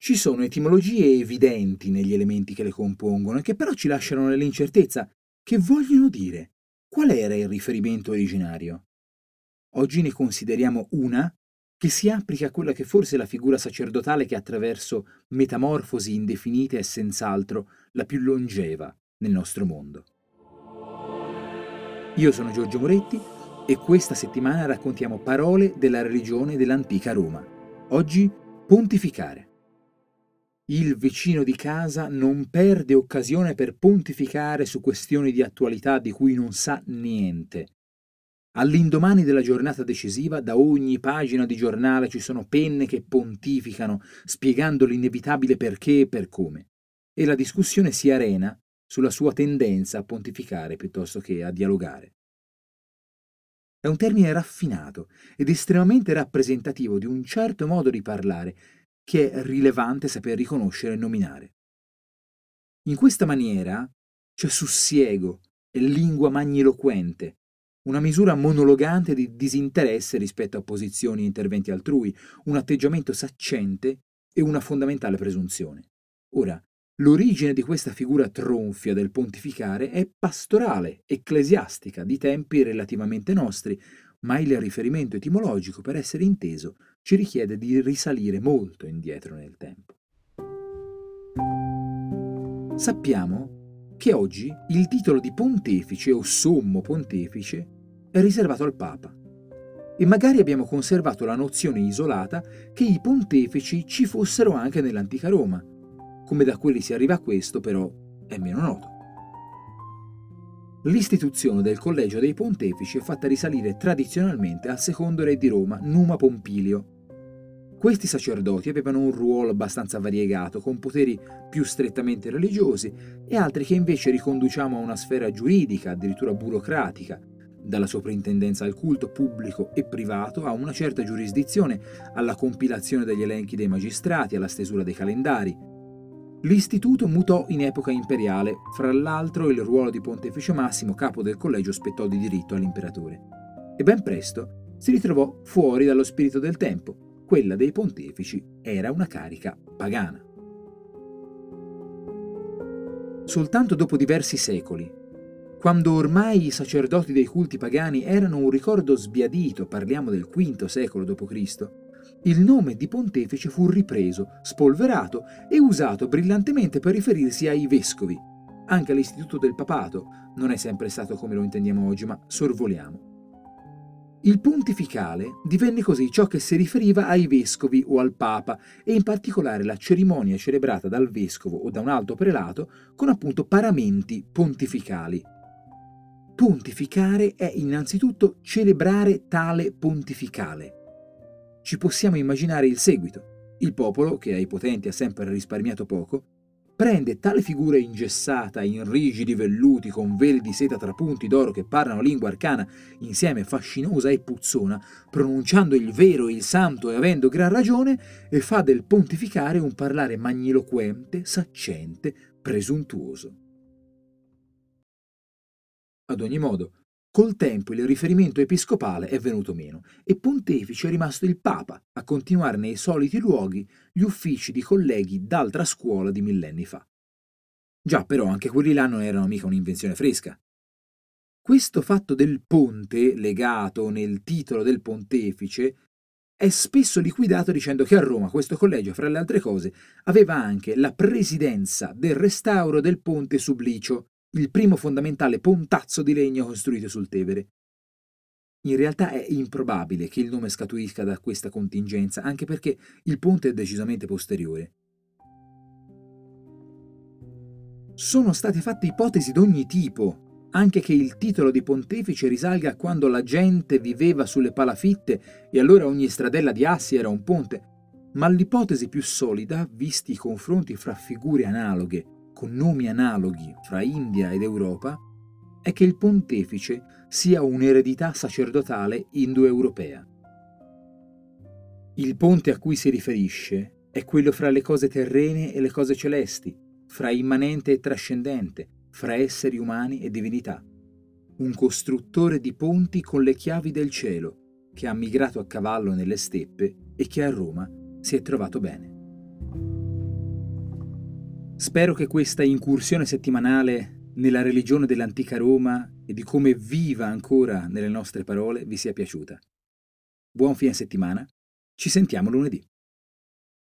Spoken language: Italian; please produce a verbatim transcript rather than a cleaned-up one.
Ci sono etimologie evidenti negli elementi che le compongono e che però ci lasciano nell'incertezza. Che vogliono dire? Qual era il riferimento originario? Oggi ne consideriamo una che si applica a quella che forse è la figura sacerdotale che attraverso metamorfosi indefinite è senz'altro la più longeva nel nostro mondo. Io sono Giorgio Moretti e questa settimana raccontiamo parole della religione dell'antica Roma. Oggi pontificare. Il vicino di casa non perde occasione per pontificare su questioni di attualità di cui non sa niente. All'indomani della giornata decisiva, da ogni pagina di giornale ci sono penne che pontificano, spiegando l'inevitabile perché e per come. E la discussione si arena sulla sua tendenza a pontificare piuttosto che a dialogare. È un termine raffinato ed estremamente rappresentativo di un certo modo di parlare che è rilevante saper riconoscere e nominare. In questa maniera c'è sussiego e lingua magniloquente, una misura monologante di disinteresse rispetto a posizioni e interventi altrui, un atteggiamento saccente e una fondamentale presunzione. Ora, l'origine di questa figura tronfia del pontificare è pastorale, ecclesiastica, di tempi relativamente nostri, ma il riferimento etimologico, per essere inteso, ci richiede di risalire molto indietro nel tempo. Sappiamo che oggi il titolo di pontefice o sommo pontefice è riservato al Papa e magari abbiamo conservato la nozione isolata che i pontefici ci fossero anche nell'antica Roma. Come da quelli si arriva a questo, però, è meno noto. L'istituzione del Collegio dei Pontefici è fatta risalire tradizionalmente al secondo re di Roma, Numa Pompilio. Questi sacerdoti avevano un ruolo abbastanza variegato, con poteri più strettamente religiosi e altri che invece riconduciamo a una sfera giuridica, addirittura burocratica, dalla soprintendenza al culto pubblico e privato a una certa giurisdizione, alla compilazione degli elenchi dei magistrati, alla stesura dei calendari. L'istituto mutò in epoca imperiale, fra l'altro il ruolo di pontefice massimo, capo del collegio, spettò di diritto all'imperatore. E ben presto si ritrovò fuori dallo spirito del tempo. Quella dei pontefici era una carica pagana. Soltanto dopo diversi secoli, quando ormai i sacerdoti dei culti pagani erano un ricordo sbiadito, parliamo del quinto secolo dopo Cristo, il nome di pontefice fu ripreso, spolverato e usato brillantemente per riferirsi ai vescovi. Anche l'istituto del papato non è sempre stato come lo intendiamo oggi, ma sorvoliamo. Il pontificale divenne così ciò che si riferiva ai vescovi o al papa, e in particolare la cerimonia celebrata dal vescovo o da un alto prelato con appunto paramenti pontificali. Pontificare è innanzitutto celebrare tale pontificale. Ci possiamo immaginare il seguito. Il popolo, che ai potenti ha sempre risparmiato poco, prende tale figura ingessata in rigidi velluti con veli di seta trapunti d'oro che parlano lingua arcana insieme fascinosa e puzzona, pronunciando il vero e il santo e avendo gran ragione, e fa del pontificare un parlare magniloquente, saccente, presuntuoso. Ad ogni modo, col tempo il riferimento episcopale è venuto meno e pontefice è rimasto il Papa a continuare nei soliti luoghi gli uffici di colleghi d'altra scuola di millenni fa. Già, però, anche quelli là non erano mica un'invenzione fresca. Questo fatto del ponte, legato nel titolo del pontefice, è spesso liquidato dicendo che a Roma questo collegio, fra le altre cose, aveva anche la presidenza del restauro del ponte Sublicio, il primo fondamentale pontazzo di legno costruito sul Tevere. In realtà è improbabile che il nome scaturisca da questa contingenza, anche perché il ponte è decisamente posteriore. Sono state fatte ipotesi d'ogni tipo, anche che il titolo di pontefice risalga a quando la gente viveva sulle palafitte e allora ogni stradella di assi era un ponte, ma l'ipotesi più solida, visti i confronti fra figure analoghe, con nomi analoghi fra India ed Europa, è che il pontefice sia un'eredità sacerdotale indoeuropea. Il ponte a cui si riferisce è quello fra le cose terrene e le cose celesti, fra immanente e trascendente, fra esseri umani e divinità. Un costruttore di ponti con le chiavi del cielo, che ha migrato a cavallo nelle steppe e che a Roma si è trovato bene. Spero che questa incursione settimanale nella religione dell'antica Roma e di come viva ancora nelle nostre parole vi sia piaciuta. Buon fine settimana, ci sentiamo lunedì.